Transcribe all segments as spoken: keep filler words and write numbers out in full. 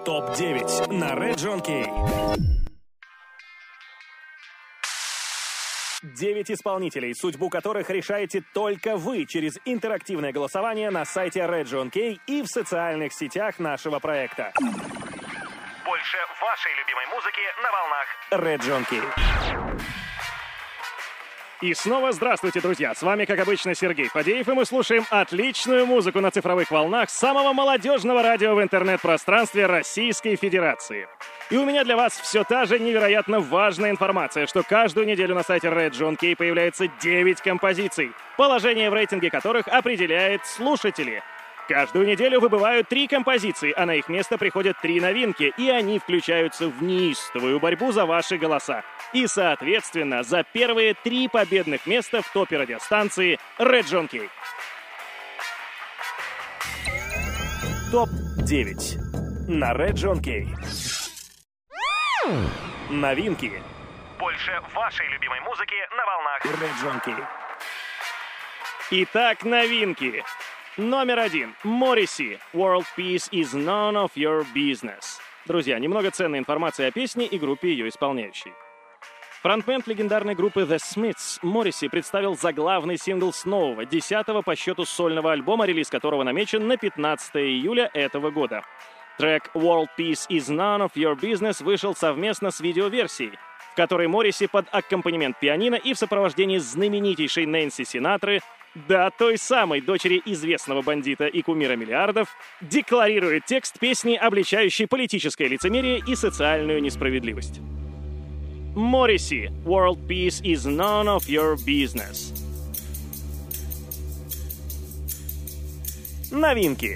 топ девять на Red John Kay. Девять исполнителей, судьбу которых решаете только вы через интерактивное голосование на сайте Red John Kay и в социальных сетях нашего проекта. Больше вашей любимой музыки на волнах Red John Kay. И снова здравствуйте, друзья! С вами, как обычно, Сергей Фадеев, и мы слушаем отличную музыку на цифровых волнах самого молодежного радио в интернет-пространстве Российской Федерации. И у меня для вас все та же невероятно важная информация, что каждую неделю на сайте Red John Kay появляется девять композиций, положение в рейтинге которых определяет слушатели. Каждую неделю выбывают три композиции, а на их место приходят три новинки, и они включаются в неистовую борьбу за ваши голоса. И, соответственно, за первые три победных места в топе радиостанции Red John Kay. топ девять на Red John Kay. Новинки. Больше вашей любимой музыки на волнах Red John Kay. Итак, новинки. Номер один. Morrissey. World Peace is none of your business. Друзья, немного ценной информации о песне и группе ее исполняющей. Фронтмен легендарной группы The Smiths Morrissey представил заглавный сингл с нового, десятого по счету сольного альбома, релиз которого намечен на пятнадцатое июля этого года. Трек World Peace is none of your business вышел совместно с видеоверсией, в которой Morrissey под аккомпанемент пианино и в сопровождении знаменитейшей Нэнси Синатры, да, той самой дочери известного бандита и кумира миллиардов, декларирует текст песни, обличающей политическое лицемерие и социальную несправедливость. Morrissey, World Peace is none of your business. Новинки.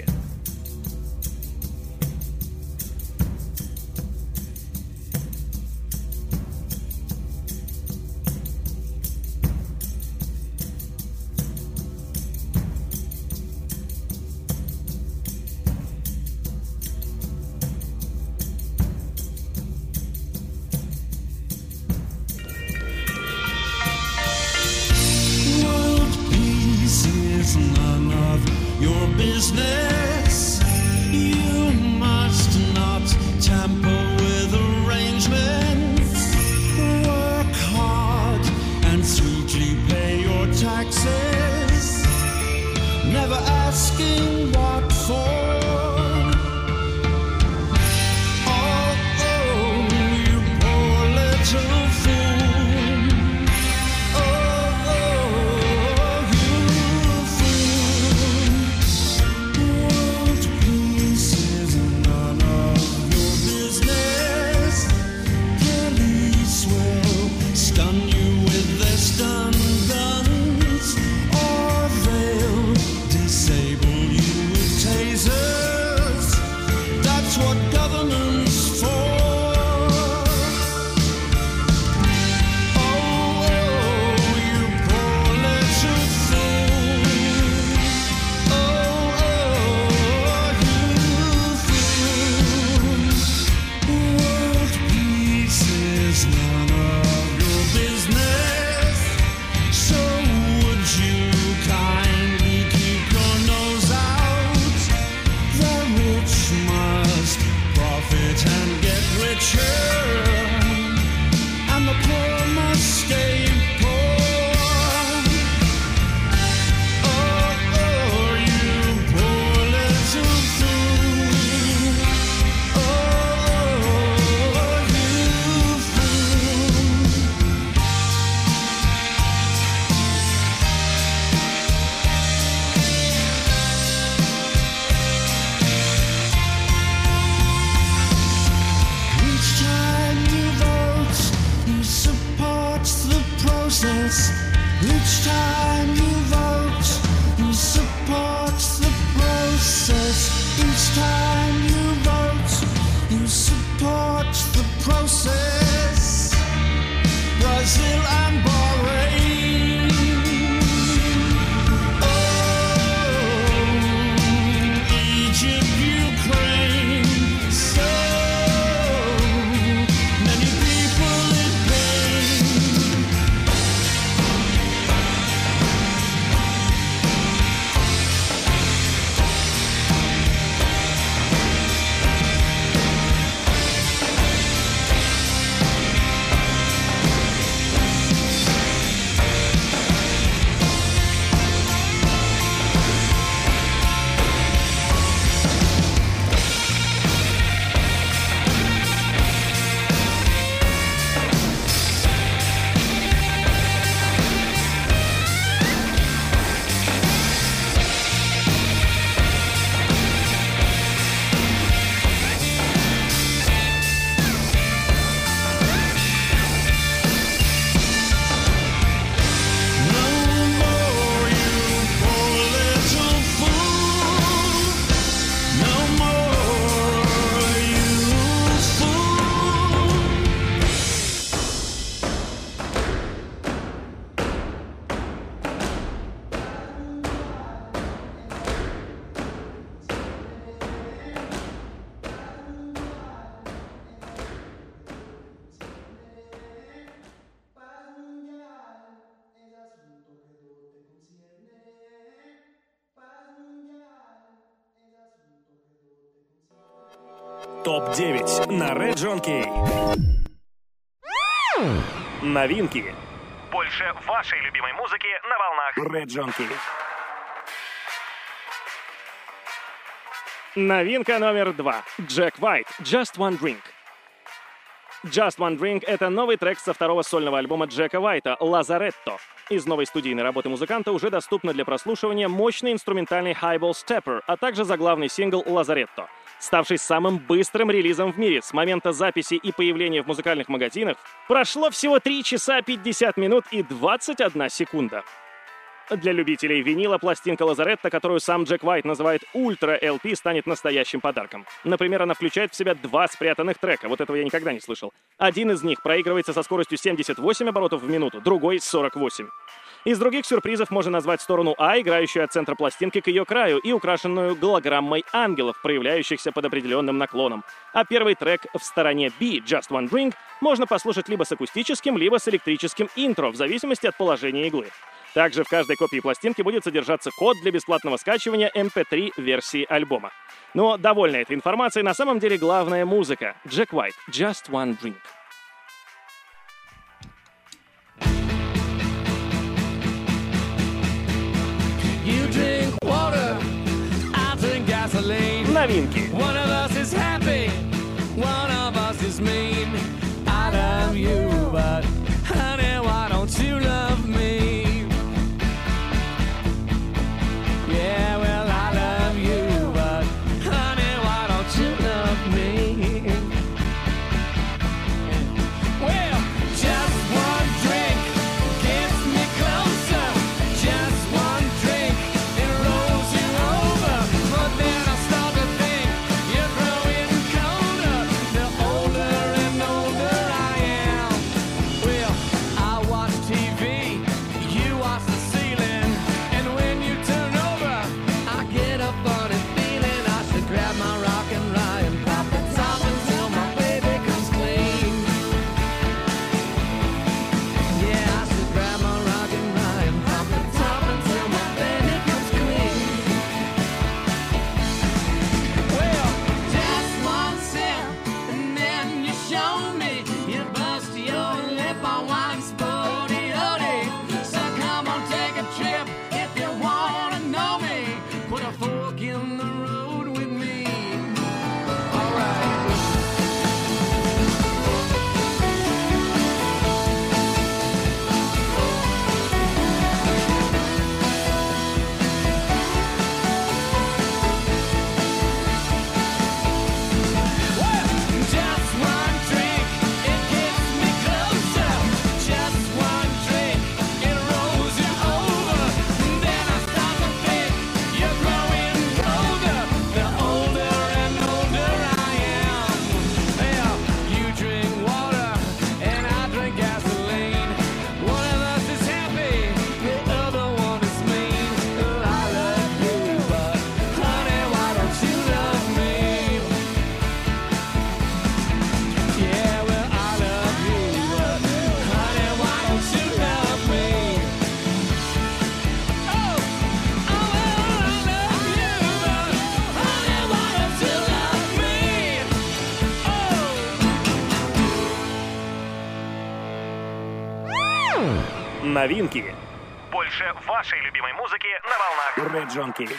Business. You must not tamper with arrangements. Work hard and sweetly pay your taxes, never asking what for. Each time you vote, you support the process. Each time you vote, you support the process. Brazil and Bahrain. Oh, Egypt, Ukraine. So many people in pain. топ девять на Region K. Новинки. Больше вашей любимой музыки на волнах Region K. Новинка номер два. Джек Уайт. Just One Drink. Just One Drink — это новый трек со второго сольного альбома Джека Уайта «Лазаретто». Из новой студийной работы музыканта уже доступно для прослушивания мощный инструментальный Highball Stepper, а также заглавный сингл «Лазаретто», ставший самым быстрым релизом в мире. С момента записи и появления в музыкальных магазинах прошло всего три часа пятьдесят минут и двадцать одна секунда. Для любителей винила пластинка «Лазаретто», которую сам Джек Уайт называет «Ультра эл пи», станет настоящим подарком. Например, она включает в себя два спрятанных трека. Вот этого я никогда не слышал. Один из них проигрывается со скоростью семьдесят восемь оборотов в минуту, другой — сорок восемь. Из других сюрпризов можно назвать сторону А, играющую от центра пластинки к ее краю и украшенную голограммой ангелов, проявляющихся под определенным наклоном. А первый трек в стороне Б, Just One Drink, можно послушать либо с акустическим, либо с электрическим интро, в зависимости от положения иглы. Также в каждой копии пластинки будет содержаться код для бесплатного скачивания эм пэ три версии альбома. Но довольно этой информацией, на самом деле главная музыка. Джек Уайт, Just One Drink. You drink water, I drink gasoline. Новинки. One of us is happy, one of us is mean. I love you, but honey, why don't you love me? Yeah, well, I love you, but honey, why don't you love me? Well, just one drink gets me closer. Just one drink, it rolls you over. But then I start to think you're growing colder. The older and older I am. Well, I watch T V, you watch the ceiling, and when you turn over, I get a funny feeling. I should grab my rock and ride and pop the top until my baby comes clean. Yeah, I should grab my rock and ride and pop the top until my baby comes clean. Well, just one sip and then you show me. You bust your lip on one spotty odie. So come on, take a trip if you wanna know me. Put a fork in the road with me. All right. Well, just one drink, it gets me closer. Just one drink, it rolls you over. Then I start to think you're growing colder. The older and older I am. Well, you drink water and I drink gasoline. One of us is happy, the other one is mean. Well, I love you, but honey, why don't you love me? Yeah, well, I love you, but honey, why don't you love me? Oh, oh, well, I love you, but honey, why don't you love me? Oh. Новинки. Больше вашей любимой музыки на волнах Region K.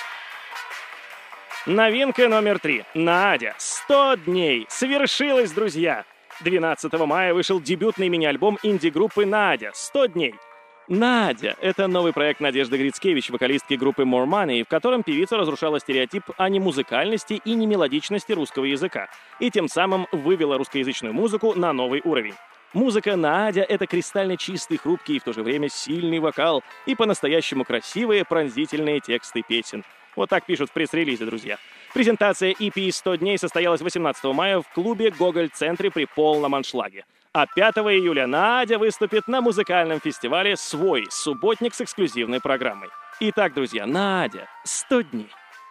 Новинка номер три. Надя. сто дней. Свершилось, друзья. двенадцатого мая вышел дебютный мини-альбом инди-группы «Надя». сто дней. «Надя» — это новый проект Надежды Грицкевич, вокалистки группы More Money, в котором певица разрушала стереотип о немузыкальности и немелодичности русского языка, и тем самым вывела русскоязычную музыку на новый уровень. Музыка «Надя» — это кристально чистый, хрупкий и в то же время сильный вокал и по-настоящему красивые, пронзительные тексты песен. Вот так пишут в пресс-релизе, друзья. Презентация и пи «сто дней» состоялась восемнадцатого мая в клубе «Гоголь-центре» при полном аншлаге. А пятого июля Надя выступит на музыкальном фестивале «Свой» субботник с эксклюзивной программой. Итак, друзья, Надя. сто дней.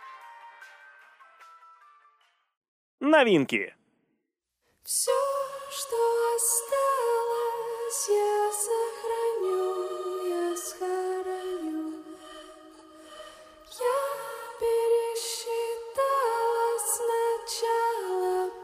Новинки. Все, что осталось, я сохраню, я схороню. Я пересчитала сначала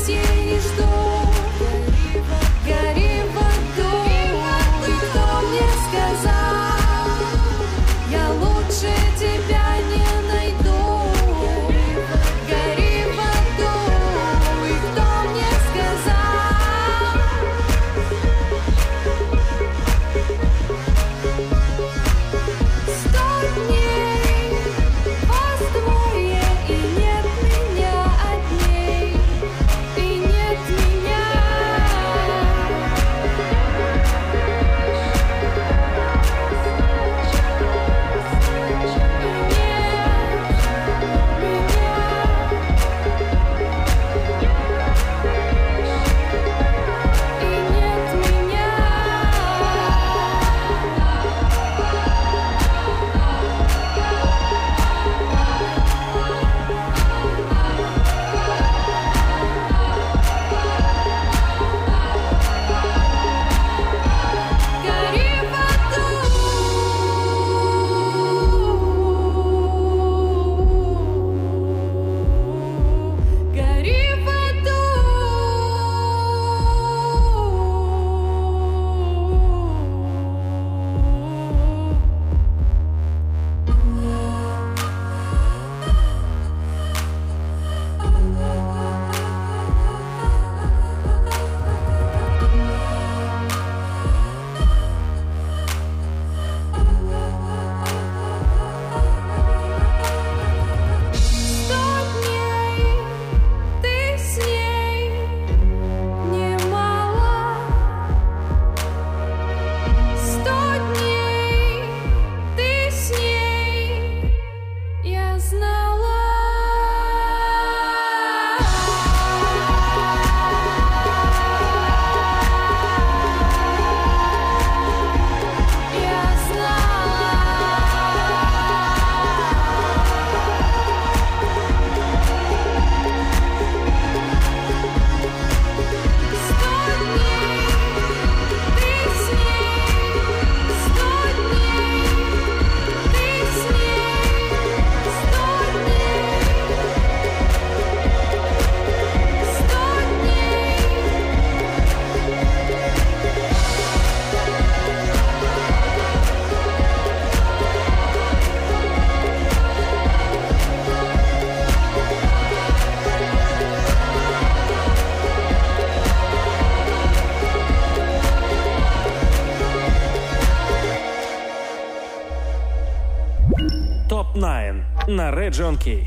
топ девять на Region K.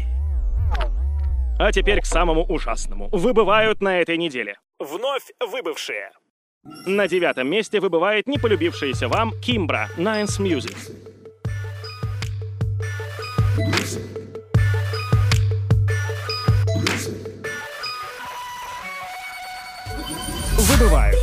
А теперь к самому ужасному. Выбывают на этой неделе. Вновь выбывшие. На девятом месте выбывает не полюбившаяся вам Kimbra, Nines Music. Выбывают.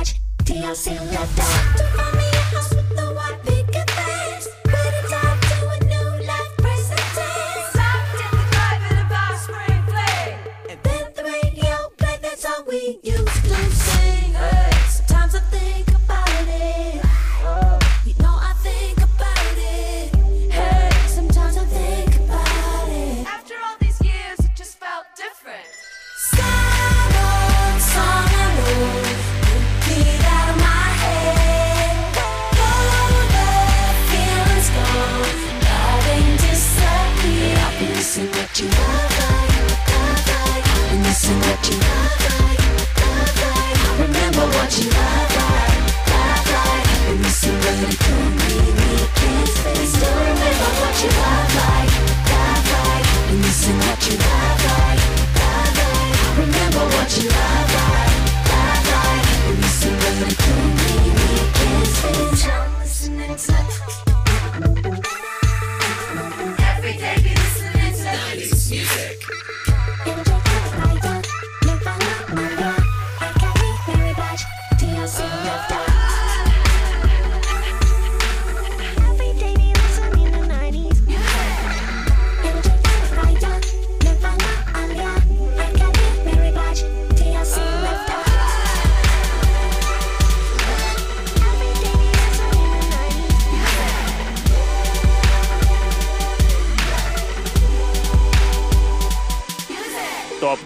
To find me a house with a white picket fence, with a top to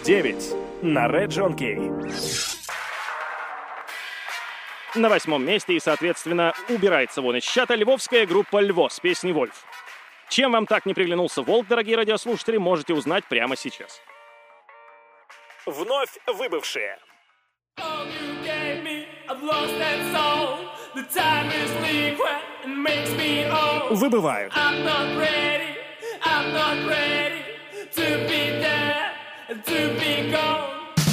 девять на Region K. На восьмом месте и, соответственно, убирается вон из чата львовская группа «Льво» с песней «Вольф». Чем вам так не приглянулся волк, дорогие радиослушатели, можете узнать прямо сейчас. Вновь выбывшие. All you gave me, I've lost that soul. The time is liquid and makes me old. Выбывают. I'm not ready, I'm not ready to be there and to be gone.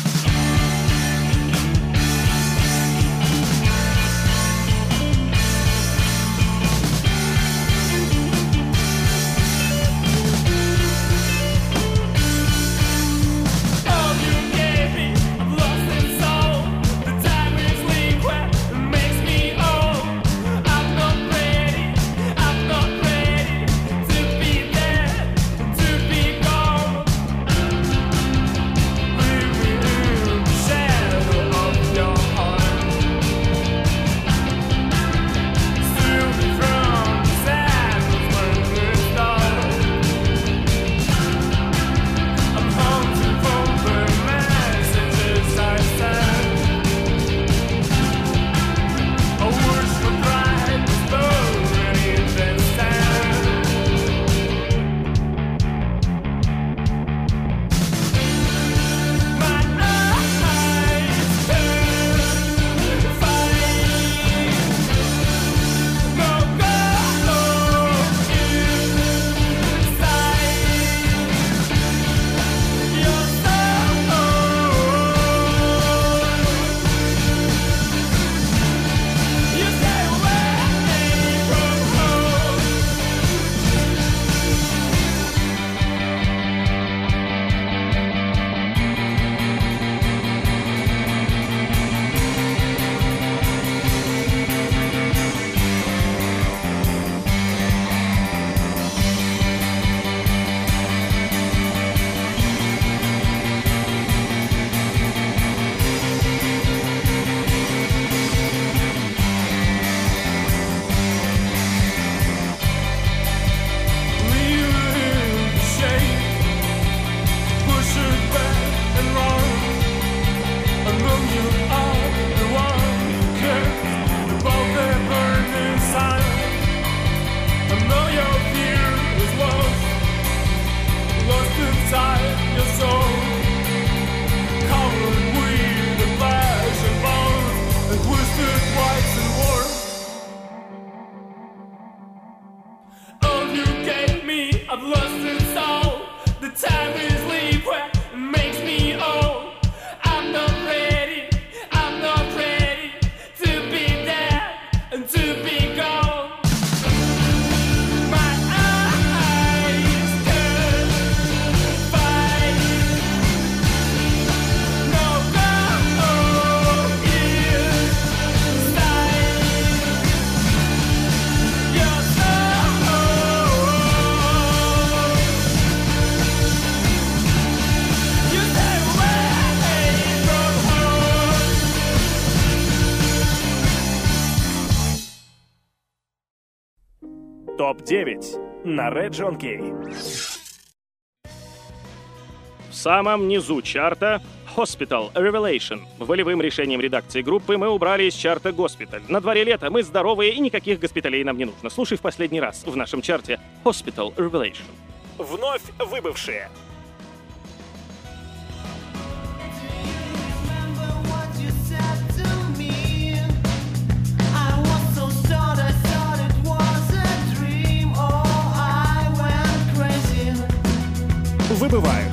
топ девять на Region K. В самом низу чарта Hospital Revelation. Волевым решением редакции группы мы убрали из чарта Госпиталь. На дворе лето, мы здоровые и никаких госпиталей нам не нужно. Слушай в последний раз в нашем чарте Hospital Revelation. Вновь выбывшие. Выбывают.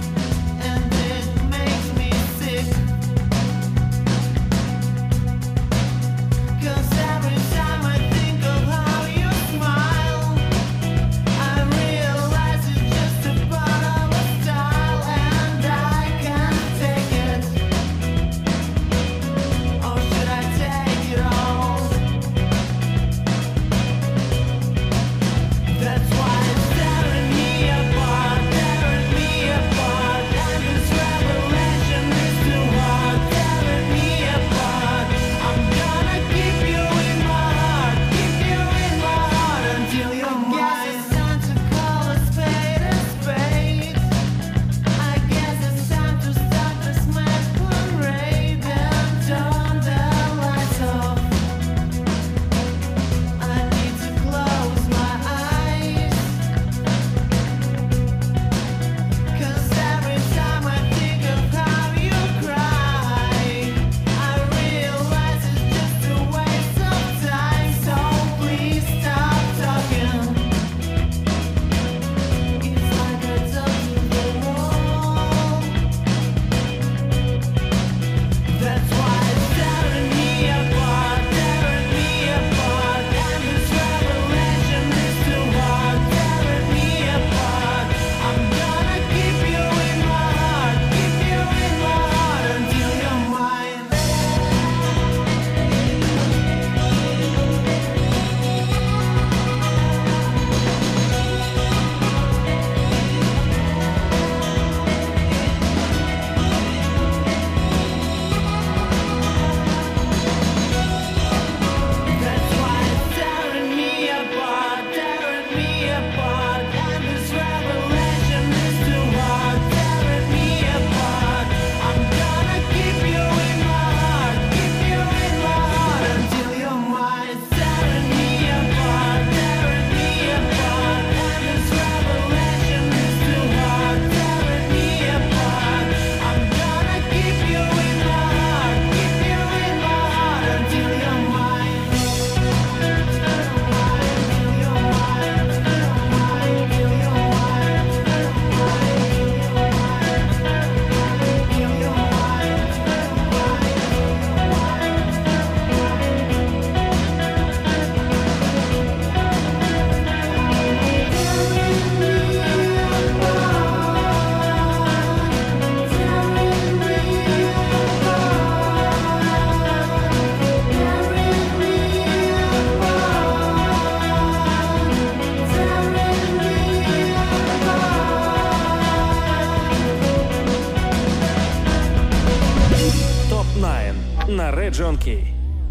Red John Kay.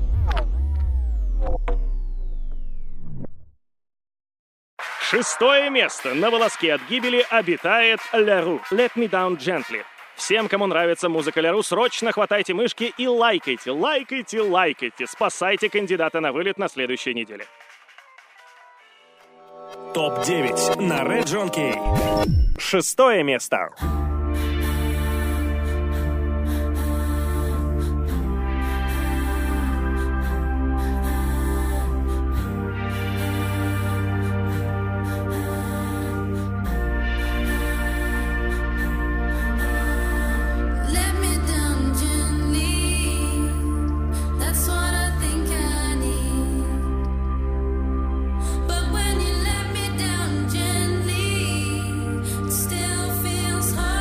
Шестое место. На волоске от гибели обитает Ля Ру. Let Me Down Gently. Всем, кому нравится музыка Ля Ру, срочно хватайте мышки и лайкайте, лайкайте, лайкайте. Спасайте кандидата на вылет на следующей неделе. топ девять на Red John Kay. Шестое место. Let me down gently. That's what I think I need. But when you let me down gently, it still feels hard.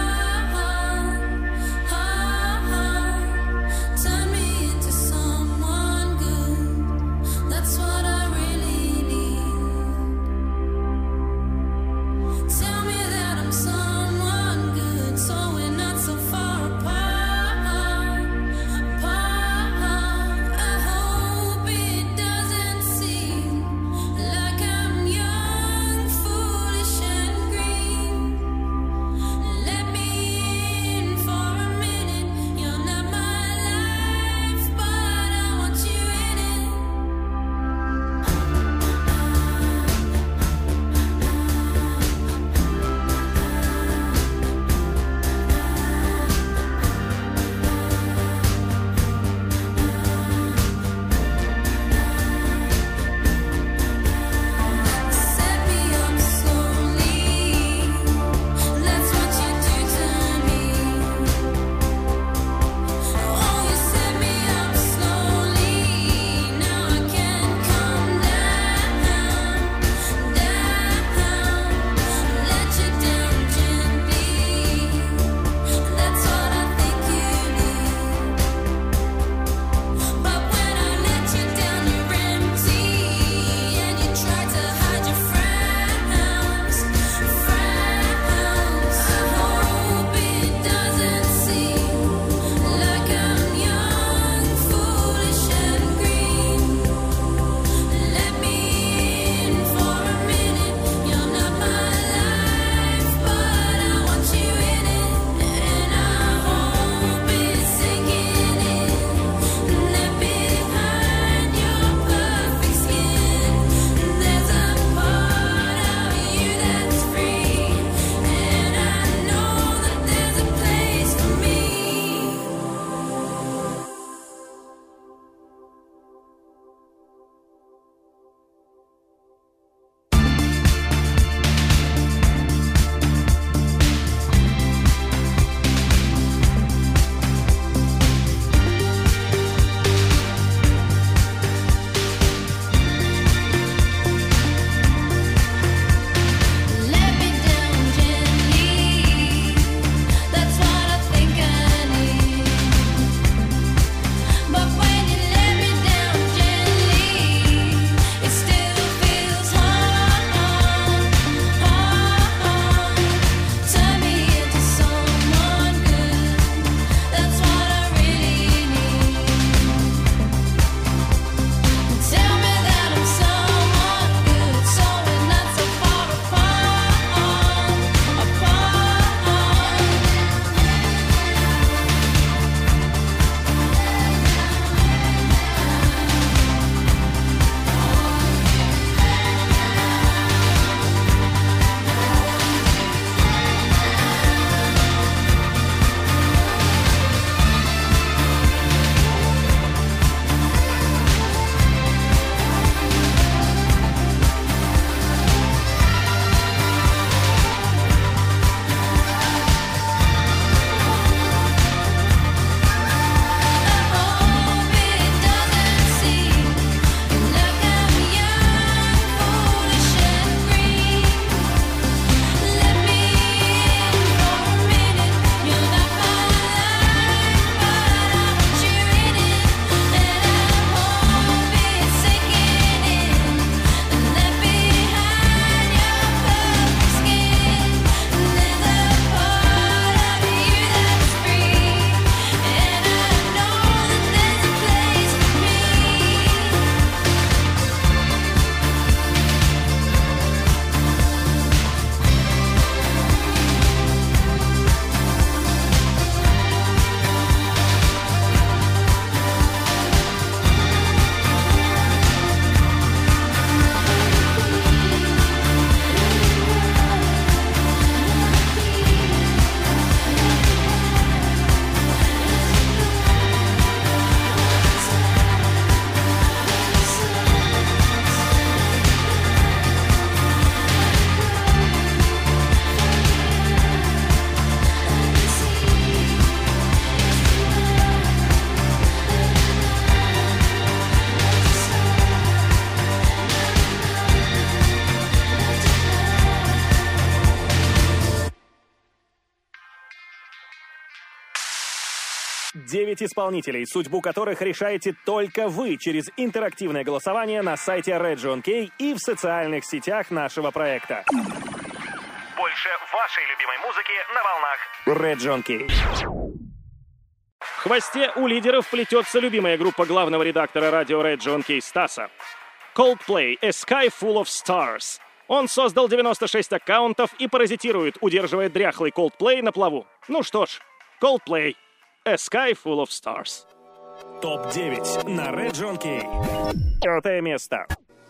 девять исполнителей, судьбу которых решаете только вы через интерактивное голосование на сайте Region Key и в социальных сетях нашего проекта. Больше вашей любимой музыки на волнах Region Key. В хвосте у лидеров плетется любимая группа главного редактора радио Region Key Стаса. Coldplay — A Sky Full of Stars. Он создал девяносто шесть аккаунтов и паразитирует, удерживая дряхлый Coldplay на плаву. Ну что ж, Coldplay — A Sky Full of Stars. топ девять на Region Key. Пятое место.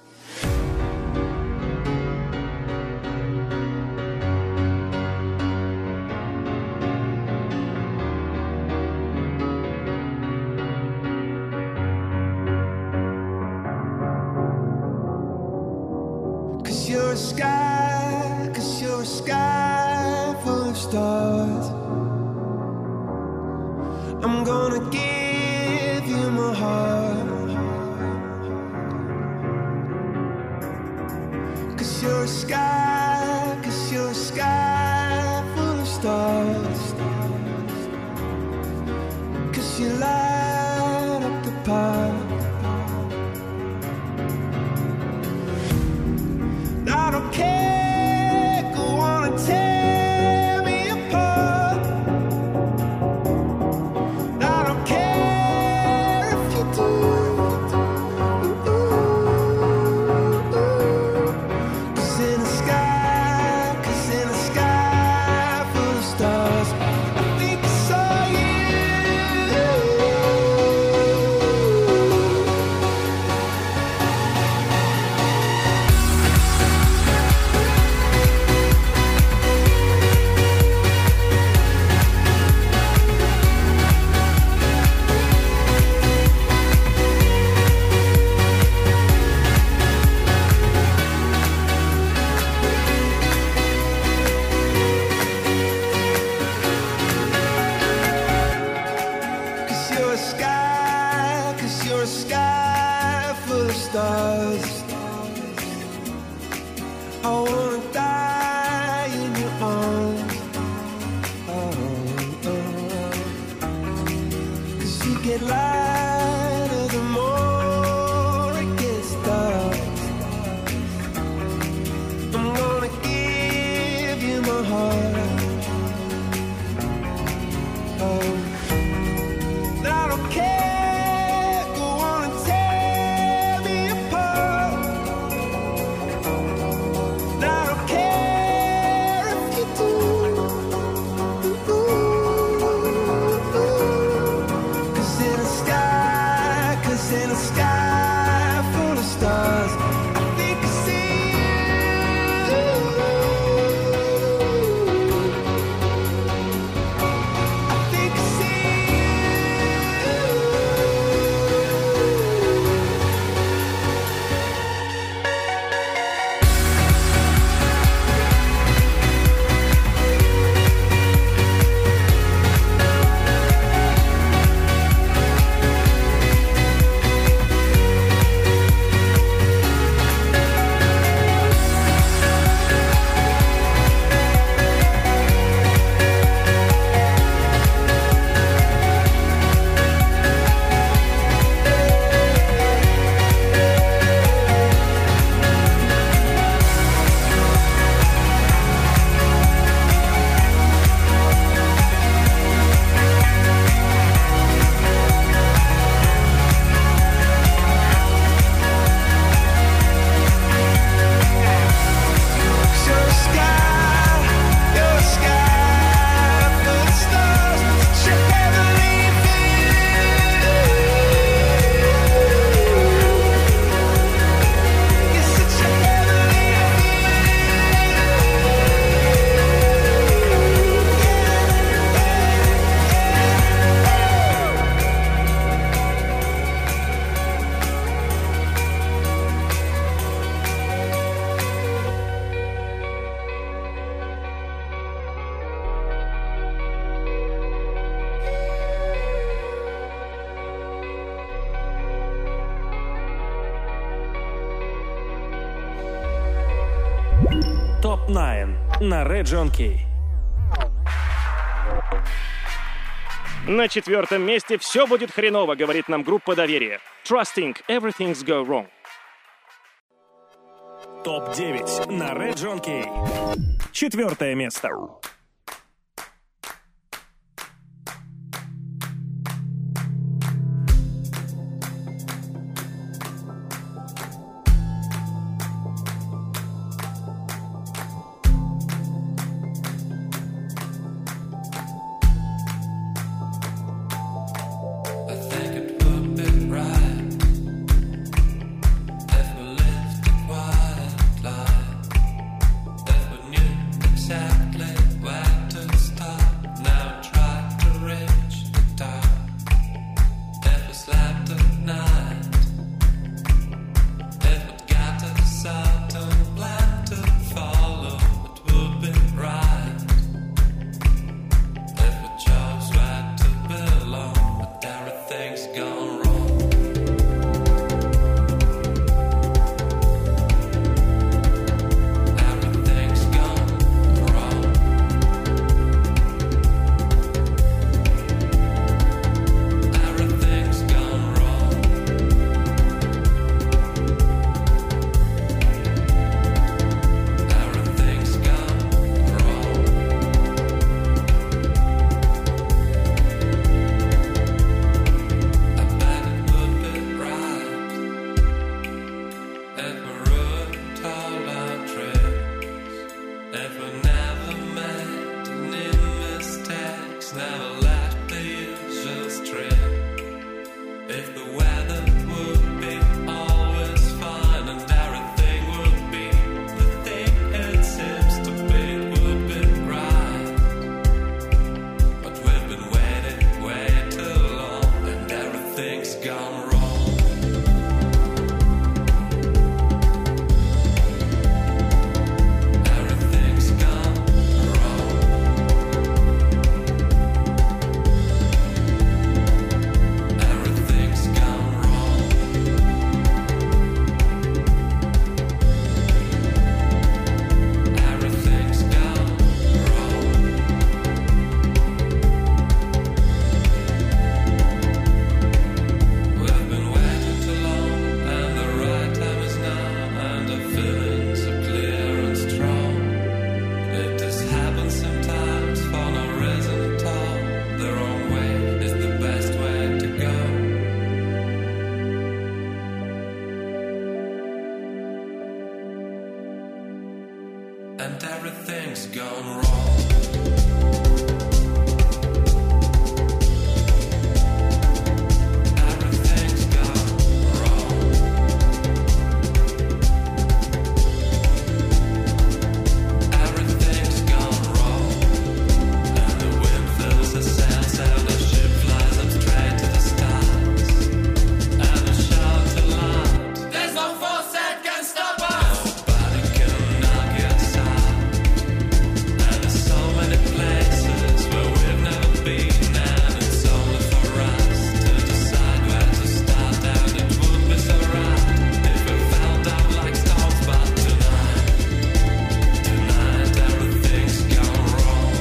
You're a sky, cause you're a sky full of stars. I'm gonna give you my heart. Cause you're a sky, cause you're a sky full of stars. Cause you light up the park. I don't care, go on and tear me apart. I don't care if you do. Cause in the sky, cause in the sky full of stars, I think I saw you. Cause you're a sky, cause you're a sky full of stars. I wanna die in your arms. Oh, oh. Cause you get lighter the more it gets dark. I'm gonna give you my heart. Oh. I don't care, go on and tear me apart. I don't care if you do. Cause in the sky, cause in the sky full of stars, I think I see you. I think I see you. You're a sky, you're a sky full of stars. Such a heavenly feeling. You're such a heavenly топ девять на Region Key. На четвертом месте «Все будет хреново», говорит нам группа «Доверие». Trusting everything's go wrong. топ девять на Red John Kay. Четвертое место. I think it would be right if we lived a quiet life, if we knew exactly where to start. Now try to reach the top. If we slept at night, if we got a certain plan to follow, it would be right. If we chose where to belong, but everything's gone wrong. Everything's gone wrong. Everything's gone wrong. Everything's gone wrong. I bet it would be right if we ruined all our dreams, if we never made any mistakes, never left the usual stream, if the weather would be always fine and everything would be the thing it seems to be, would be right. But we've been waiting way too long, and everything's gone wrong. Everything's gone wrong. Everything's gone wrong. Everything's gone wrong. We've been waiting too long, and the right time is now, and the feelings are clear and strong. It just happens sometimes for no reason at all. The wrong way is the best way to go. And everything's gone wrong. Everything's gone wrong. Everything's gone wrong. And the wind fills the sails and the ship flies up straight to the stars. And the shout to land. There's no force that can stop us. Nobody can knock us out. And there's so many places where we've never been, and it's only for us to decide where to start. And it would be so right if we fell down like stones, but tonight, tonight everything's gone wrong.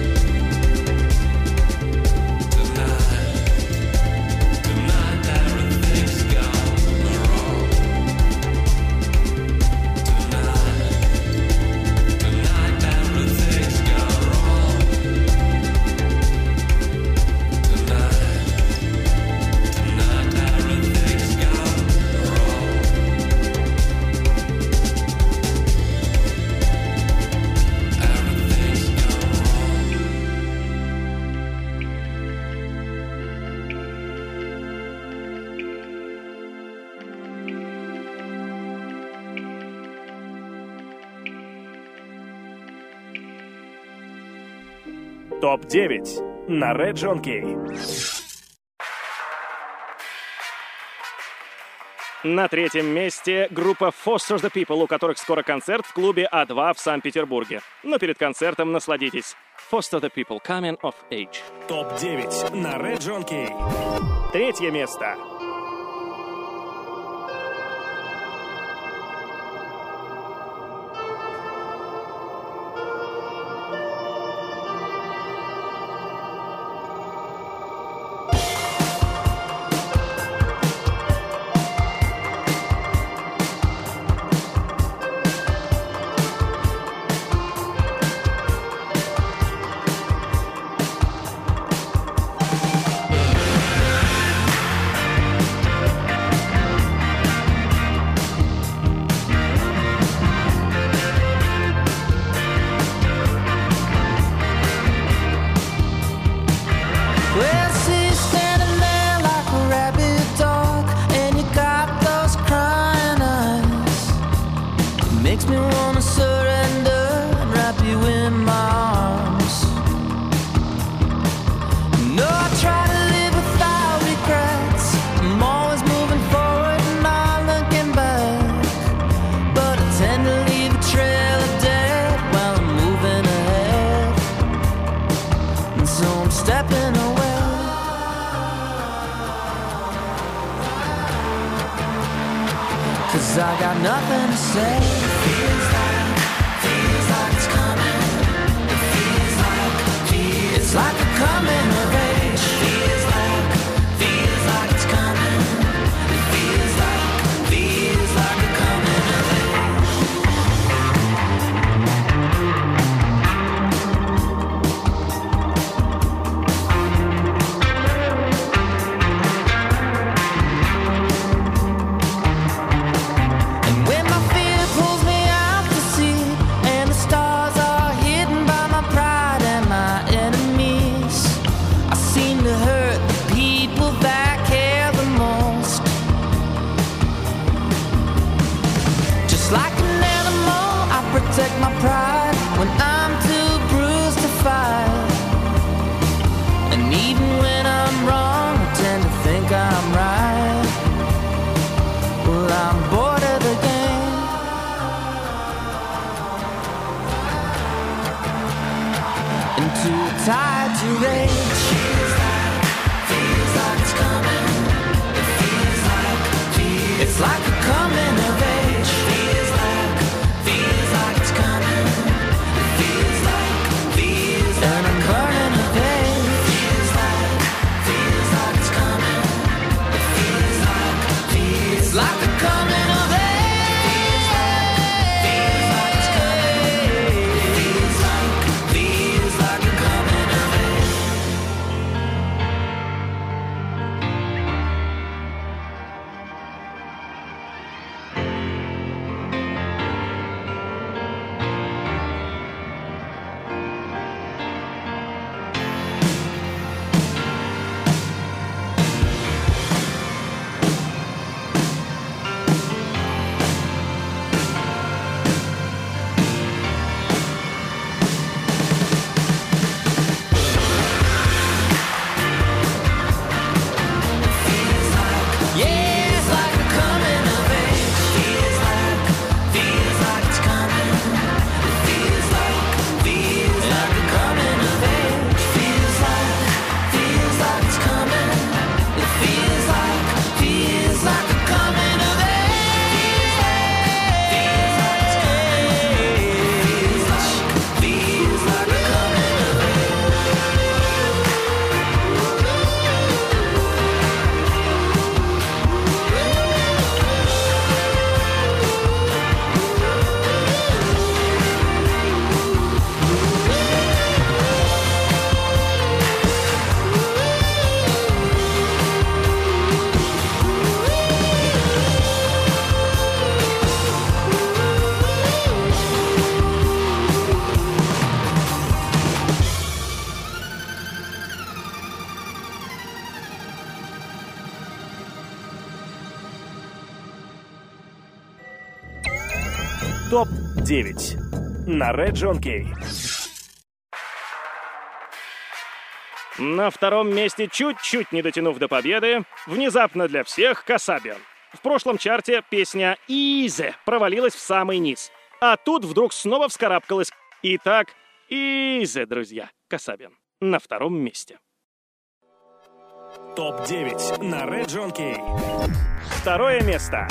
Tonight, tonight everything's gone wrong. Tonight, tonight everything's gone wrong. Tonight, tonight everything's gone wrong. Everything's gone wrong. топ девять на Red John Kay. На третьем месте группа Foster the People, у которых скоро концерт в клубе А два в Санкт-Петербурге. Но перед концертом насладитесь. Foster the People, Coming of Age. топ девять на Red John Kay. Третье место. makes me wanna surrender and wrap you in my arms. No, I try to live without regrets. I'm always moving forward and not looking back, but I tend to leave a trail of death while I'm moving ahead, and so I'm stepping away. Cause I got nothing to say. Feels like, feels like it's coming. It feels like, feels it's like a coming of age. Feels like, feels like it's coming. It feels like, feels like a coming of protect my pride when I'm too bruised to fight. And even when I'm wrong, I tend to think I'm right. Well, I'm bored of the game, and too tired to rage. Feels like, feels like it's coming. It feels like, feels it's like a coming of age. Feels like, feels like it's coming. It feels like, feels like and I'm burning a page. Feels like, feels like it's coming. It feels like, feels it's like a coming of age. Feels like, feels like it's coming. It feels like, feels like a coming of age. Yeah, it's like a coming of age. Feels like, feels like it's coming. It feels like, feels like a coming of age. Feels like, feels like it's coming. It feels like, feels like a coming of age. Feels like it's coming. Feels like, feels like a coming of age. топ девять на Region K. На втором месте, чуть-чуть не дотянув до победы, внезапно для всех Kasabian. В прошлом чарте песня «Easy» провалилась в самый низ. А тут вдруг снова вскарабкалась. Итак, «Easy», друзья, Kasabian на втором месте. топ девять на Region K. Второе место.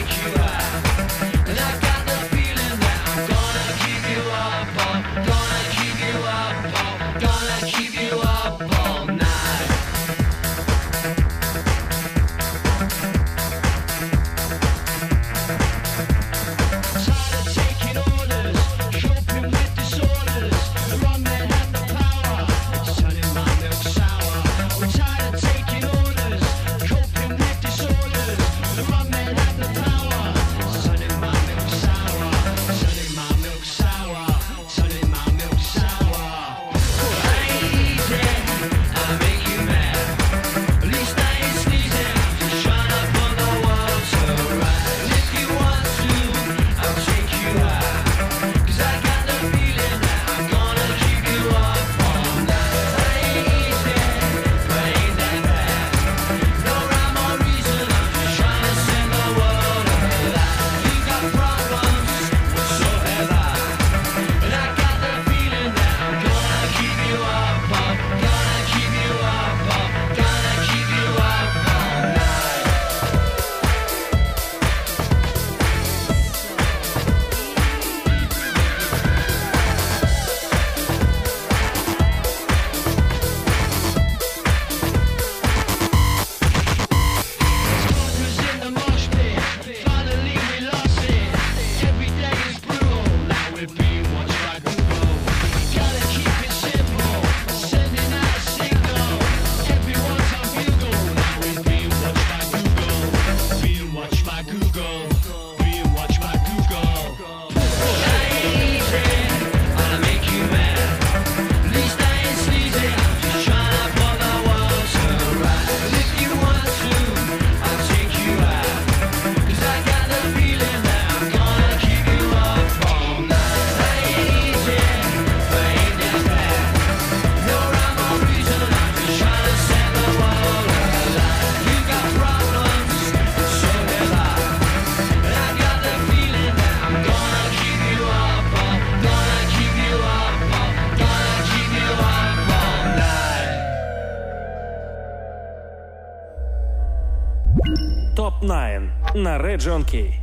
Gonna топ девять на Region K.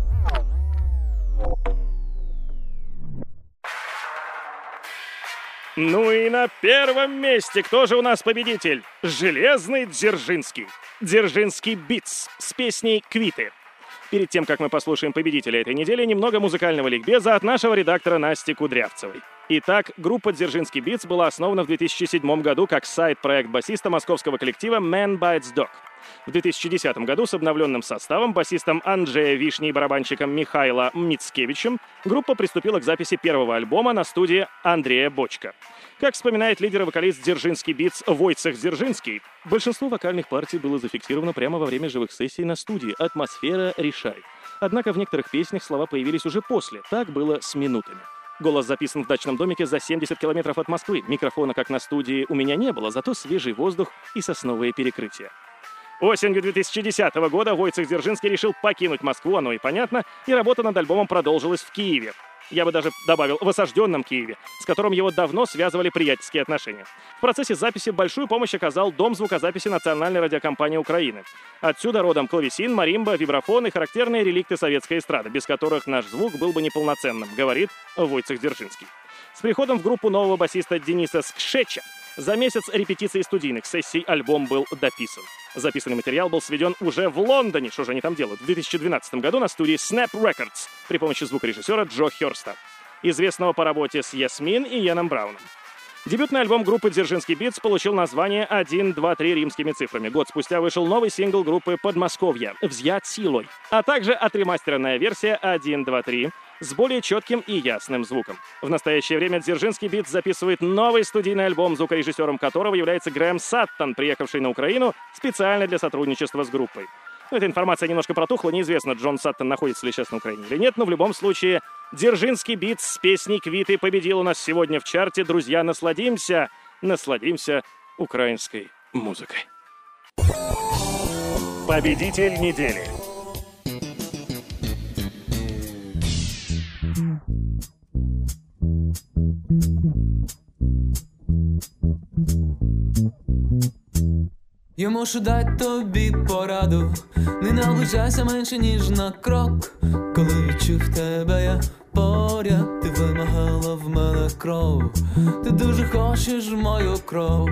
Ну и на первом месте кто же у нас победитель? Железный Дзержинский. Дзержинский Битс с песней «Квиты». Перед тем, как мы послушаем победителя этой недели, немного музыкального ликбеза от нашего редактора Насти Кудрявцевой. Итак, группа «Дзержинский Битс» была основана в две тысячи седьмом году как сайд-проект басиста московского коллектива Man Bites Dog. В две тысячи десятом году с обновленным составом, басистом Анджея Вишни и барабанщиком Михаила Мицкевичем, группа приступила к записи первого альбома на студии Андрея Бочка. Как вспоминает лидер и вокалист «Дзержинский Битс» Войцех Дзержинский, большинство вокальных партий было зафиксировано прямо во время живых сессий на студии. Атмосфера решает. Однако в некоторых песнях слова появились уже после. Так было с «Минутами». Голос записан в дачном домике за семьдесят километров от Москвы. Микрофона, как на студии, у меня не было, зато свежий воздух и сосновые перекрытия. Осенью две тысячи десятого года Войцех Дзержинский решил покинуть Москву, оно и понятно, и работа над альбомом продолжилась в Киеве. Я бы даже добавил, в осажденном Киеве, с которым его давно связывали приятельские отношения. В процессе записи большую помощь оказал Дом звукозаписи Национальной радиокомпании Украины. Отсюда родом клавесин, маримба, вибрафон и характерные реликты советской эстрады, без которых наш звук был бы неполноценным, говорит Войцех Дзержинский. С приходом в группу нового басиста Дениса Скшеча за месяц репетиций студийных сессий альбом был дописан. Записанный материал был сведен уже в Лондоне, что же они там делают, в две тысячи двенадцатом году на студии Snap Records при помощи звукорежиссера Джо Хёрста, известного по работе с Ясмин и Йеном Брауном. Дебютный альбом группы «Дзержинский Битс» получил название один, два, три римскими цифрами. Год спустя вышел новый сингл группы «Подмосковье» «Взят силой», а также отремастеренная версия один, два, три с более четким и ясным звуком. В настоящее время «Дзержинский Битс» записывает новый студийный альбом, звукорежиссером которого является Грэм Саттон, приехавший на Украину специально для сотрудничества с группой. Ну, эта информация немножко протухла, неизвестно, Джон Саттон находится ли сейчас на Украине или нет, но в любом случае «Дзержинский Битс» с песней «Квиты» победил у нас сегодня в чарте. Друзья, насладимся, насладимся украинской музыкой. Победитель недели. Я мушу дати тобі пораду, не наближайся менше, ніж на крок. Коли відчув тебе я поряд, ти вимагала в мене кров. Ти дуже хочеш мою кров.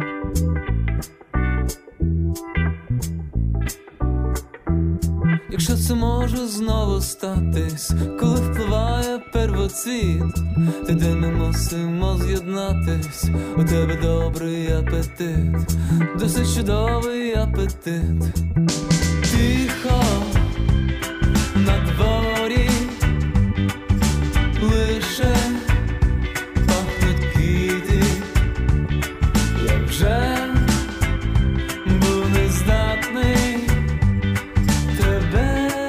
Якщо це може знову статись, коли впливає первоцвіт, тоді ми мусимо з'єднатись. У тебе добрий апетит, досить чудовий апетит. Тихо на дворі лише пахнуть квіти. Я вже був нездатний тебе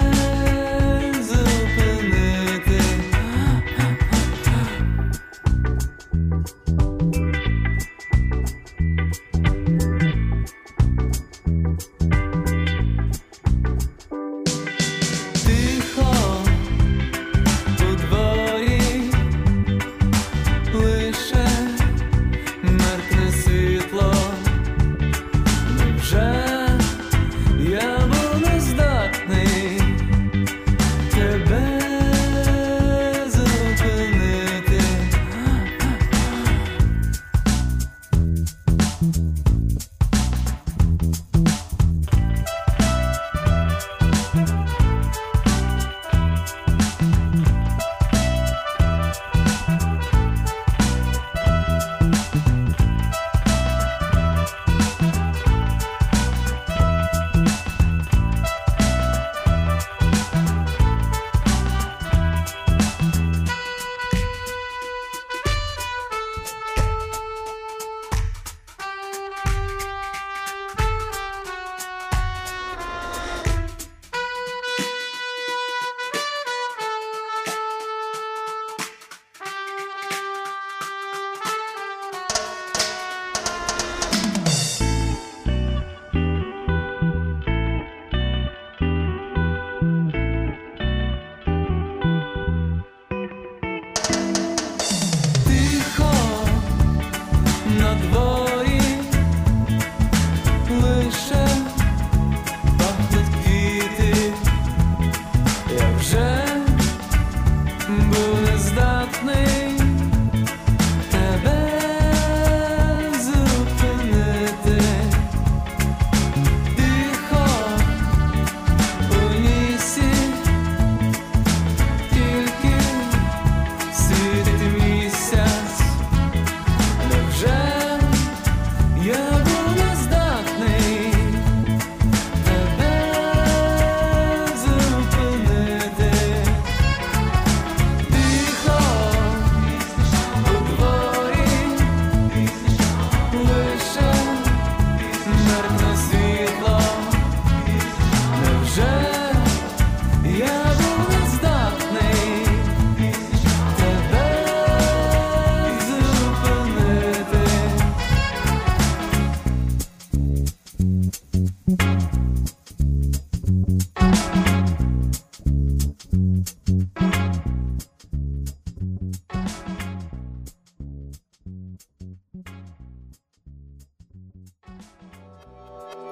зупинити. Тихо у дворі лише меркне світло. Невже я був нездатний тебе зупинити?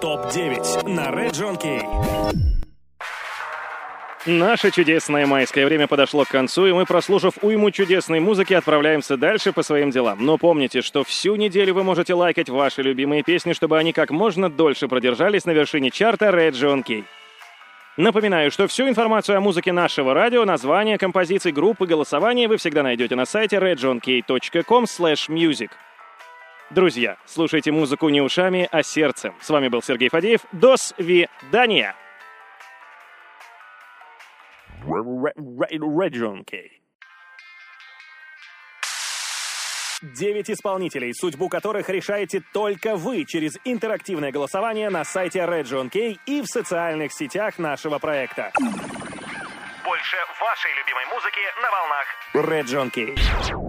топ девять на Region Key. Наше чудесное майское время подошло к концу, и мы, прослушав уйму чудесной музыки, отправляемся дальше по своим делам. Но помните, что всю неделю вы можете лайкать ваши любимые песни, чтобы они как можно дольше продержались на вершине чарта Region Key. Напоминаю, что всю информацию о музыке нашего радио, названия, композиций, группы, голосования вы всегда найдете на сайте region key точка ком слэш мьюзик. Друзья, слушайте музыку не ушами, а сердцем. С вами был Сергей Фадеев. До свидания! Region Key. Девять исполнителей, судьбу которых решаете только вы через интерактивное голосование на сайте Region Key и в социальных сетях нашего проекта. Больше вашей любимой музыки на волнах Region Key.